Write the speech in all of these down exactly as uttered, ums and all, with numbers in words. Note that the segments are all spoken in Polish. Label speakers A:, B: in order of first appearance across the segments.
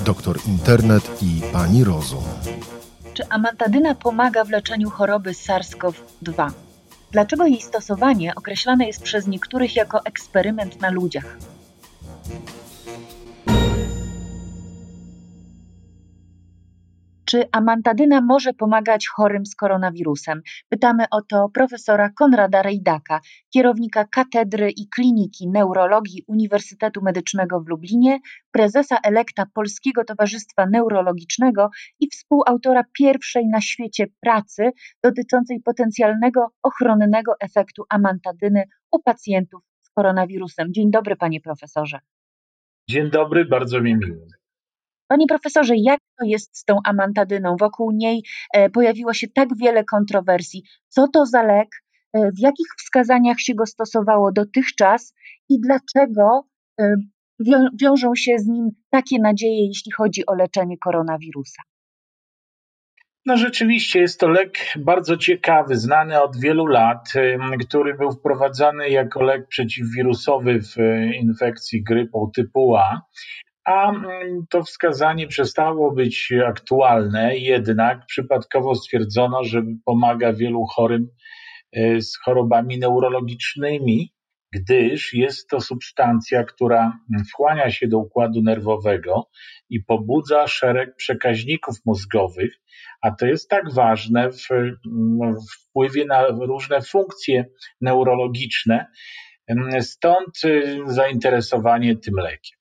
A: doktor Internet i pani Rozum.
B: Czy amantadyna pomaga w leczeniu choroby SARS-C o V dwa? Dlaczego jej stosowanie określane jest przez niektórych jako eksperyment na ludziach? Czy amantadyna może pomagać chorym z koronawirusem? Pytamy o to profesora Konrada Rejdaka, kierownika Katedry i Kliniki Neurologii Uniwersytetu Medycznego w Lublinie, prezesa elekta Polskiego Towarzystwa Neurologicznego i współautora pierwszej na świecie pracy dotyczącej potencjalnego ochronnego efektu amantadyny u pacjentów z koronawirusem. Dzień dobry, panie profesorze.
C: Dzień dobry, bardzo mi miło.
B: Panie profesorze, jak to jest z tą amantadyną? Wokół niej e, pojawiło się tak wiele kontrowersji. Co to za lek? E, w jakich wskazaniach się go stosowało dotychczas i dlaczego e, wią- wiążą się z nim takie nadzieje, jeśli chodzi o leczenie koronawirusa?
C: No rzeczywiście jest to lek bardzo ciekawy, znany od wielu lat, który był wprowadzany jako lek przeciwwirusowy w infekcji grypą typu A. A to wskazanie przestało być aktualne, jednak przypadkowo stwierdzono, że pomaga wielu chorym z chorobami neurologicznymi, gdyż jest to substancja, która wchłania się do układu nerwowego i pobudza szereg przekaźników mózgowych, a to jest tak ważne w, w wpływie na różne funkcje neurologiczne, stąd zainteresowanie tym lekiem.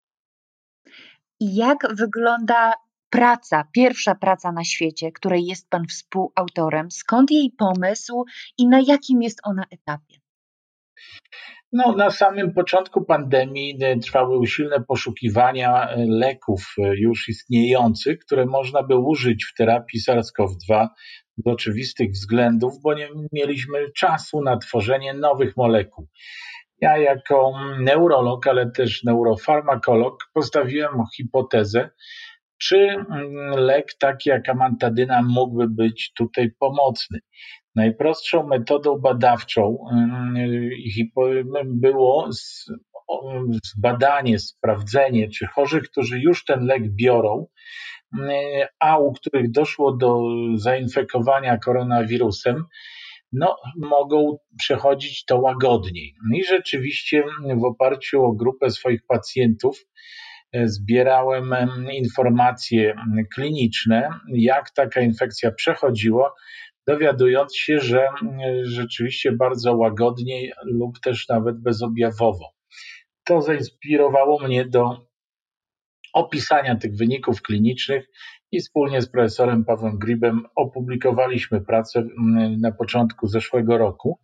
B: I jak wygląda praca, pierwsza praca na świecie, której jest pan współautorem? Skąd jej pomysł i na jakim jest ona etapie?
C: No, na samym początku pandemii trwały usilne poszukiwania leków już istniejących, które można by użyć w terapii SARS-C o V dwa z oczywistych względów, bo nie mieliśmy czasu na tworzenie nowych molekuł. Ja jako neurolog, ale też neurofarmakolog postawiłem hipotezę, czy lek taki jak amantadyna mógłby być tutaj pomocny. Najprostszą metodą badawczą było zbadanie, sprawdzenie, czy chorzy, którzy już ten lek biorą, a u których doszło do zainfekowania koronawirusem, no, mogą przechodzić to łagodniej. I rzeczywiście w oparciu o grupę swoich pacjentów zbierałem informacje kliniczne, jak taka infekcja przechodziła, dowiadując się, że rzeczywiście bardzo łagodniej lub też nawet bezobjawowo. To zainspirowało mnie do opisania tych wyników klinicznych i wspólnie z profesorem Pawłem Gribem opublikowaliśmy pracę na początku zeszłego roku.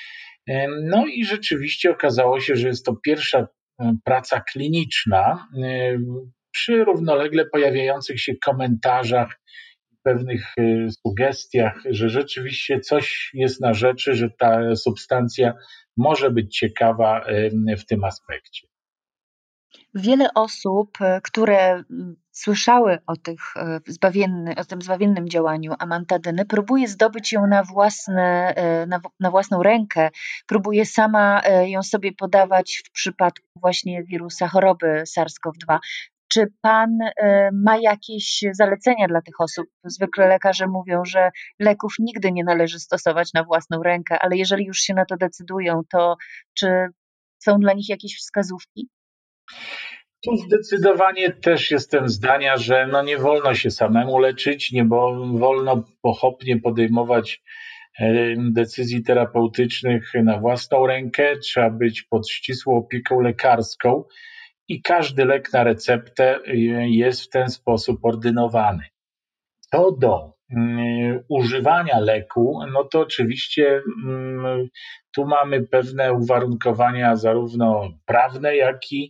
C: No i rzeczywiście okazało się, że jest to pierwsza praca kliniczna przy równolegle pojawiających się komentarzach, pewnych sugestiach, że rzeczywiście coś jest na rzeczy, że ta substancja może być ciekawa w tym aspekcie.
B: Wiele osób, które słyszały o, tych zbawienny, o tym zbawiennym działaniu amantadyny, próbuje zdobyć ją na, własne, na, na własną rękę, próbuje sama ją sobie podawać w przypadku właśnie wirusa choroby SARS-C o V dwa. Czy pan ma jakieś zalecenia dla tych osób? Zwykle lekarze mówią, że leków nigdy nie należy stosować na własną rękę, ale jeżeli już się na to decydują, to czy są dla nich jakieś wskazówki?
C: Tu zdecydowanie też jestem zdania, że no nie wolno się samemu leczyć, nie wolno pochopnie podejmować decyzji terapeutycznych na własną rękę. Trzeba być pod ścisłą opieką lekarską i każdy lek na receptę jest w ten sposób ordynowany. Co do um, używania leku, no to oczywiście um, tu mamy pewne uwarunkowania zarówno prawne, jak i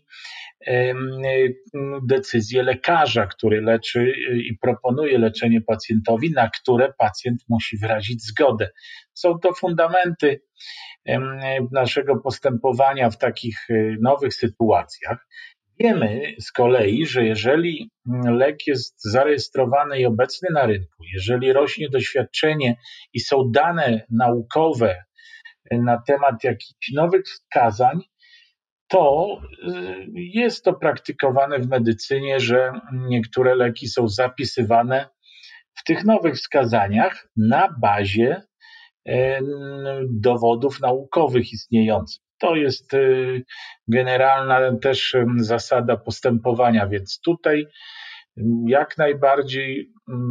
C: decyzję lekarza, który leczy i proponuje leczenie pacjentowi, na które pacjent musi wyrazić zgodę. Są to fundamenty naszego postępowania w takich nowych sytuacjach. Wiemy z kolei, że jeżeli lek jest zarejestrowany i obecny na rynku, jeżeli rośnie doświadczenie i są dane naukowe na temat jakichś nowych wskazań, to jest to praktykowane w medycynie, że niektóre leki są zapisywane w tych nowych wskazaniach na bazie dowodów naukowych istniejących. To jest generalna też zasada postępowania, więc tutaj jak najbardziej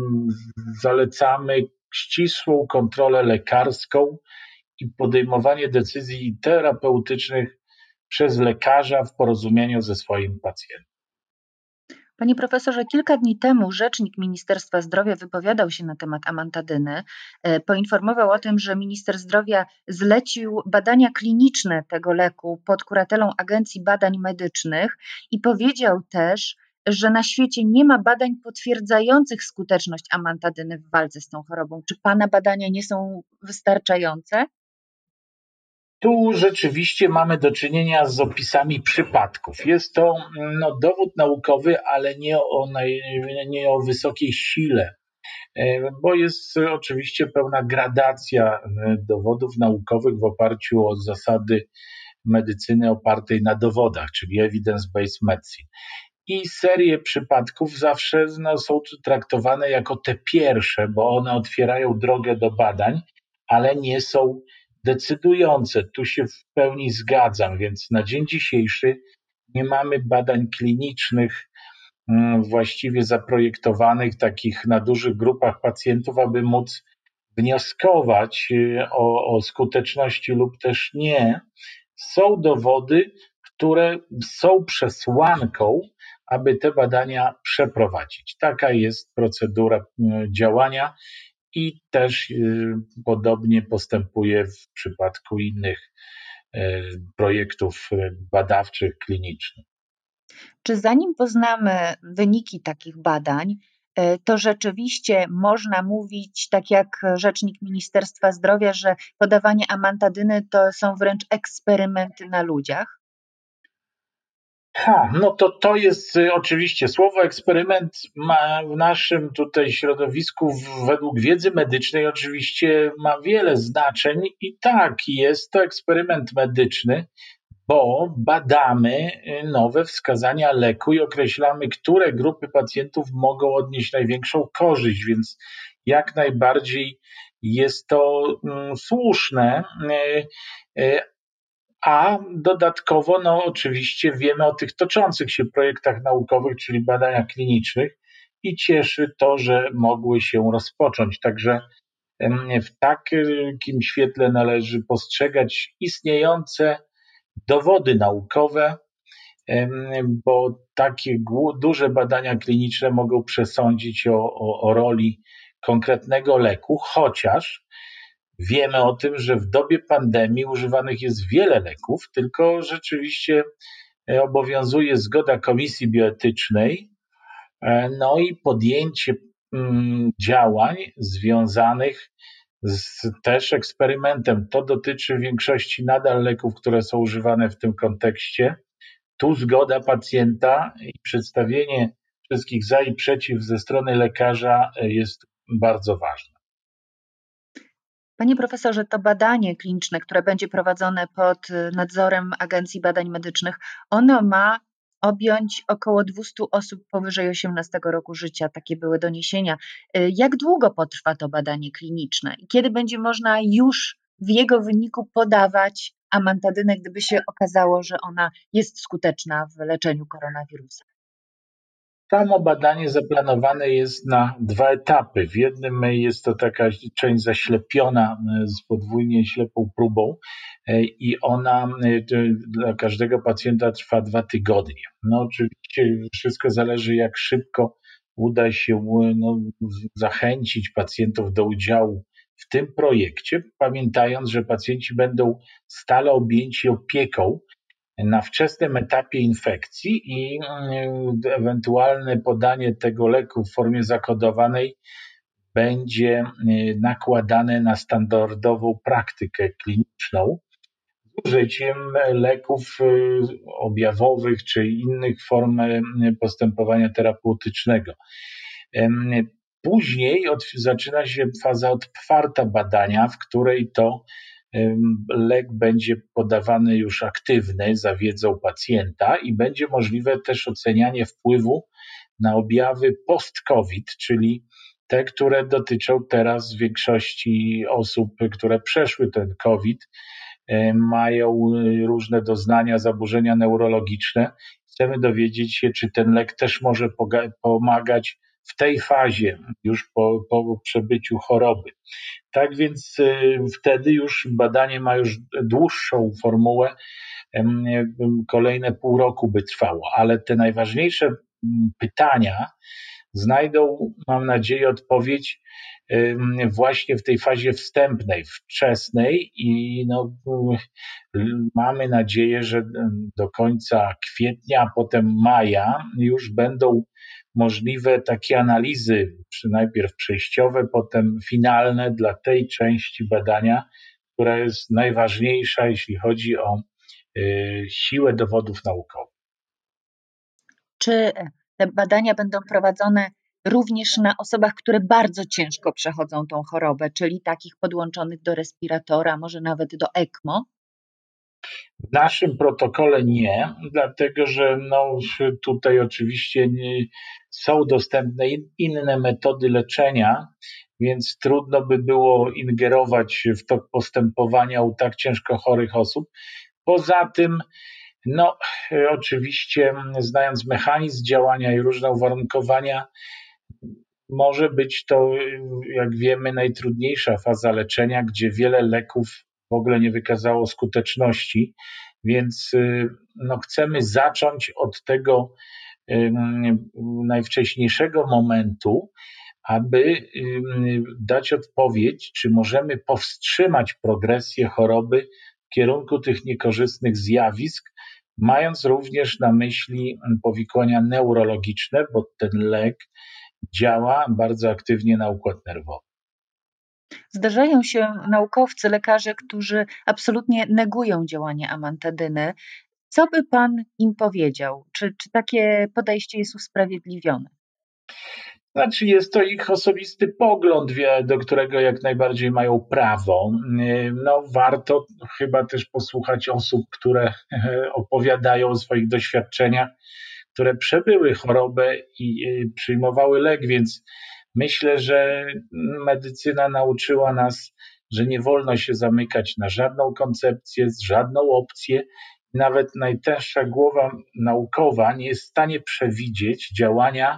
C: zalecamy ścisłą kontrolę lekarską i podejmowanie decyzji terapeutycznych przez lekarza w porozumieniu ze swoim pacjentem.
B: Panie profesorze, kilka dni temu rzecznik Ministerstwa Zdrowia wypowiadał się na temat amantadyny. Poinformował o tym, że minister zdrowia zlecił badania kliniczne tego leku pod kuratelą Agencji Badań Medycznych i powiedział też, że na świecie nie ma badań potwierdzających skuteczność amantadyny w walce z tą chorobą. Czy pana badania nie są wystarczające?
C: Tu rzeczywiście mamy do czynienia z opisami przypadków. Jest to no, dowód naukowy, ale nie o, naj, nie o wysokiej sile, bo jest oczywiście pełna gradacja dowodów naukowych w oparciu o zasady medycyny opartej na dowodach, czyli evidence-based medicine. I serie przypadków zawsze no, są traktowane jako te pierwsze, bo one otwierają drogę do badań, ale nie są decydujące. Tu się w pełni zgadzam, więc na dzień dzisiejszy nie mamy badań klinicznych właściwie zaprojektowanych, takich na dużych grupach pacjentów, aby móc wnioskować o, o skuteczności lub też nie. Są dowody, które są przesłanką, aby te badania przeprowadzić. Taka jest procedura działania i też podobnie postępuje w przypadku innych projektów badawczych, klinicznych.
B: Czy zanim poznamy wyniki takich badań, to rzeczywiście można mówić, tak jak rzecznik Ministerstwa Zdrowia, że podawanie amantadyny to są wręcz eksperymenty na ludziach?
C: Ha, no to to jest oczywiście słowo eksperyment ma w naszym tutaj środowisku według wiedzy medycznej oczywiście ma wiele znaczeń i tak, jest to eksperyment medyczny, bo badamy nowe wskazania leku i określamy, które grupy pacjentów mogą odnieść największą korzyść, więc jak najbardziej jest to mm, słuszne. A dodatkowo, no oczywiście wiemy o tych toczących się projektach naukowych, czyli badaniach klinicznych i cieszy to, że mogły się rozpocząć. Także w takim świetle należy postrzegać istniejące dowody naukowe, bo takie duże badania kliniczne mogą przesądzić o, o, o roli konkretnego leku, chociaż wiemy o tym, że w dobie pandemii używanych jest wiele leków, tylko rzeczywiście obowiązuje zgoda Komisji Bioetycznej, no i podjęcie działań związanych z też eksperymentem. To dotyczy większości nadal leków, które są używane w tym kontekście. Tu zgoda pacjenta i przedstawienie wszystkich za i przeciw ze strony lekarza jest bardzo ważne.
B: Panie profesorze, to badanie kliniczne, które będzie prowadzone pod nadzorem Agencji Badań Medycznych, ono ma objąć około dwieście osób powyżej osiemnastego roku życia. Takie były doniesienia. Jak długo potrwa to badanie kliniczne i kiedy będzie można już w jego wyniku podawać amantadynę, gdyby się okazało, że ona jest skuteczna w leczeniu koronawirusa?
C: Samo badanie zaplanowane jest na dwa etapy. W jednym jest to taka część zaślepiona z podwójnie ślepą próbą i ona dla każdego pacjenta trwa dwa tygodnie. No oczywiście wszystko zależy, jak szybko uda się no, zachęcić pacjentów do udziału w tym projekcie, pamiętając, że pacjenci będą stale objęci opieką na wczesnym etapie infekcji i ewentualne podanie tego leku w formie zakodowanej będzie nakładane na standardową praktykę kliniczną z użyciem leków objawowych czy innych form postępowania terapeutycznego. Później od, zaczyna się faza otwarta badania, w której to lek będzie podawany już aktywny za wiedzą pacjenta i będzie możliwe też ocenianie wpływu na objawy post-COVID, czyli te, które dotyczą teraz większości osób, które przeszły ten COVID, mają różne doznania, zaburzenia neurologiczne. Chcemy dowiedzieć się, czy ten lek też może pomagać w tej fazie, już po, po przebyciu choroby. Tak więc wtedy już badanie ma już dłuższą formułę, kolejne pół roku by trwało, ale te najważniejsze pytania znajdą, mam nadzieję, odpowiedź właśnie w tej fazie wstępnej, wczesnej i no, mamy nadzieję, że do końca kwietnia, a potem maja już będą możliwe takie analizy, najpierw przejściowe, potem finalne dla tej części badania, która jest najważniejsza, jeśli chodzi o y, siłę dowodów naukowych.
B: Czy te badania będą prowadzone również na osobach, które bardzo ciężko przechodzą tą chorobę, czyli takich podłączonych do respiratora, może nawet do ECMO?
C: W naszym protokole nie, dlatego że no, tutaj oczywiście nie, są dostępne inne metody leczenia, więc trudno by było ingerować w tok postępowania u tak ciężko chorych osób. Poza tym, no oczywiście znając mechanizm działania i różne uwarunkowania, może być to, jak wiemy, najtrudniejsza faza leczenia, gdzie wiele leków w ogóle nie wykazało skuteczności, więc no, chcemy zacząć od tego um, najwcześniejszego momentu, aby um, dać odpowiedź, czy możemy powstrzymać progresję choroby w kierunku tych niekorzystnych zjawisk, mając również na myśli powikłania neurologiczne, bo ten lek działa bardzo aktywnie na układ nerwowy.
B: Zdarzają się naukowcy, lekarze, którzy absolutnie negują działanie amantadyny. Co by pan im powiedział? Czy, czy takie podejście jest usprawiedliwione?
C: Znaczy jest to ich osobisty pogląd, do którego jak najbardziej mają prawo. No warto chyba też posłuchać osób, które opowiadają o swoich doświadczeniach, które przebyły chorobę i przyjmowały lek, więc myślę, że medycyna nauczyła nas, że nie wolno się zamykać na żadną koncepcję, żadną opcję. Nawet najtęższa głowa naukowa nie jest w stanie przewidzieć działania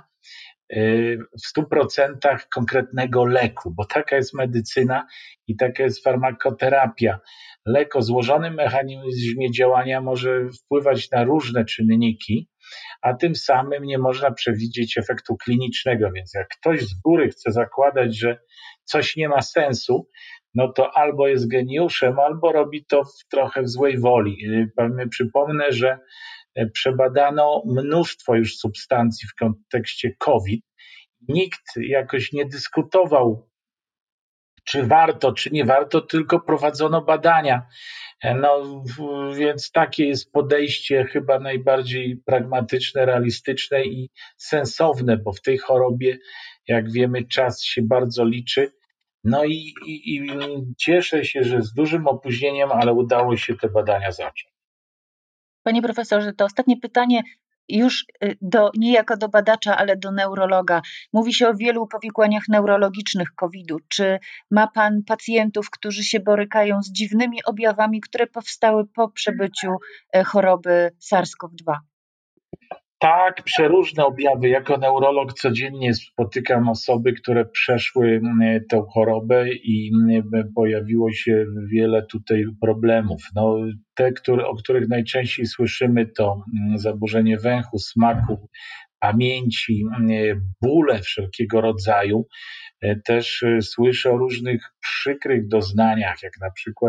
C: w stu procentach konkretnego leku, bo taka jest medycyna i taka jest farmakoterapia. Lek o złożonym mechanizmie działania może wpływać na różne czynniki, a tym samym nie można przewidzieć efektu klinicznego, więc jak ktoś z góry chce zakładać, że coś nie ma sensu, no to albo jest geniuszem, albo robi to w trochę w złej woli. Przypomnę, że przebadano mnóstwo już substancji w kontekście COVID. Nikt jakoś nie dyskutował, czy warto, czy nie warto, tylko prowadzono badania. No, więc takie jest podejście chyba najbardziej pragmatyczne, realistyczne i sensowne, bo w tej chorobie, jak wiemy, czas się bardzo liczy. No i, i, i cieszę się, że z dużym opóźnieniem, ale udało się te badania zacząć.
B: Panie profesorze, to ostatnie pytanie już do, nie jako do badacza, ale do neurologa. Mówi się o wielu powikłaniach neurologicznych kowida. Czy ma pan pacjentów, którzy się borykają z dziwnymi objawami, które powstały po przebyciu choroby SARS-CoV dwa?
C: Tak, przeróżne objawy. Jako neurolog codziennie spotykam osoby, które przeszły tę chorobę i pojawiło się wiele tutaj problemów. No, te, które, o których najczęściej słyszymy, to zaburzenie węchu, smaku, pamięci, bóle wszelkiego rodzaju. Też słyszę o różnych przykrych doznaniach, jak na przykład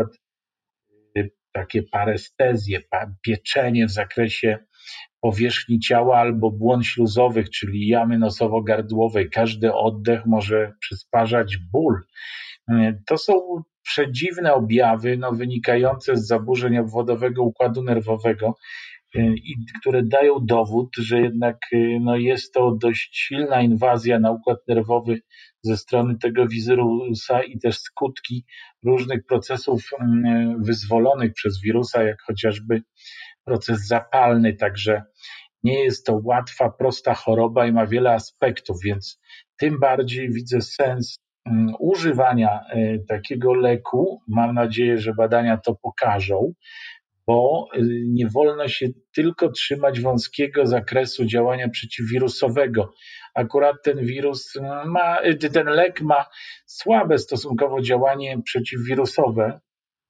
C: takie parestezje, pieczenie w zakresie powierzchni ciała albo błon śluzowych, czyli jamy nosowo-gardłowej. Każdy oddech może przysparzać ból. To są przedziwne objawy no, wynikające z zaburzeń obwodowego układu nerwowego, i które dają dowód, że jednak no, jest to dość silna inwazja na układ nerwowy ze strony tego wirusa i też skutki różnych procesów wyzwolonych przez wirusa, jak chociażby proces zapalny, także nie jest to łatwa, prosta choroba i ma wiele aspektów, więc tym bardziej widzę sens używania takiego leku. Mam nadzieję, że badania to pokażą, bo nie wolno się tylko trzymać wąskiego zakresu działania przeciwwirusowego. Akurat ten wirus ma, ten lek ma słabe stosunkowo działanie przeciwwirusowe,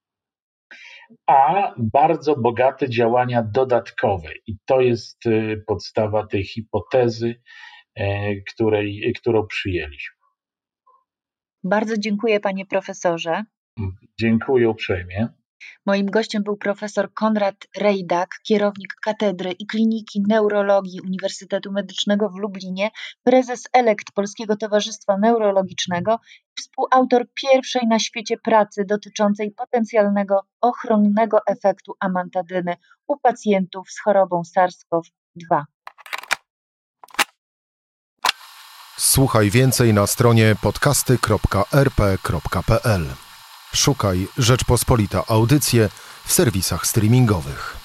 C: a bardzo bogate działania dodatkowe. I to jest podstawa tej hipotezy, której, którą przyjęliśmy.
B: Bardzo dziękuję, panie profesorze.
C: Dziękuję uprzejmie.
B: Moim gościem był profesor Konrad Rejdak, kierownik Katedry i Kliniki Neurologii Uniwersytetu Medycznego w Lublinie, prezes elekt Polskiego Towarzystwa Neurologicznego i współautor pierwszej na świecie pracy dotyczącej potencjalnego ochronnego efektu amantadyny u pacjentów z chorobą SARS-CoV dwa.
A: Słuchaj więcej na stronie podcasty kropka er pe kropka pe el. Szukaj Rzeczpospolita Audycje w serwisach streamingowych.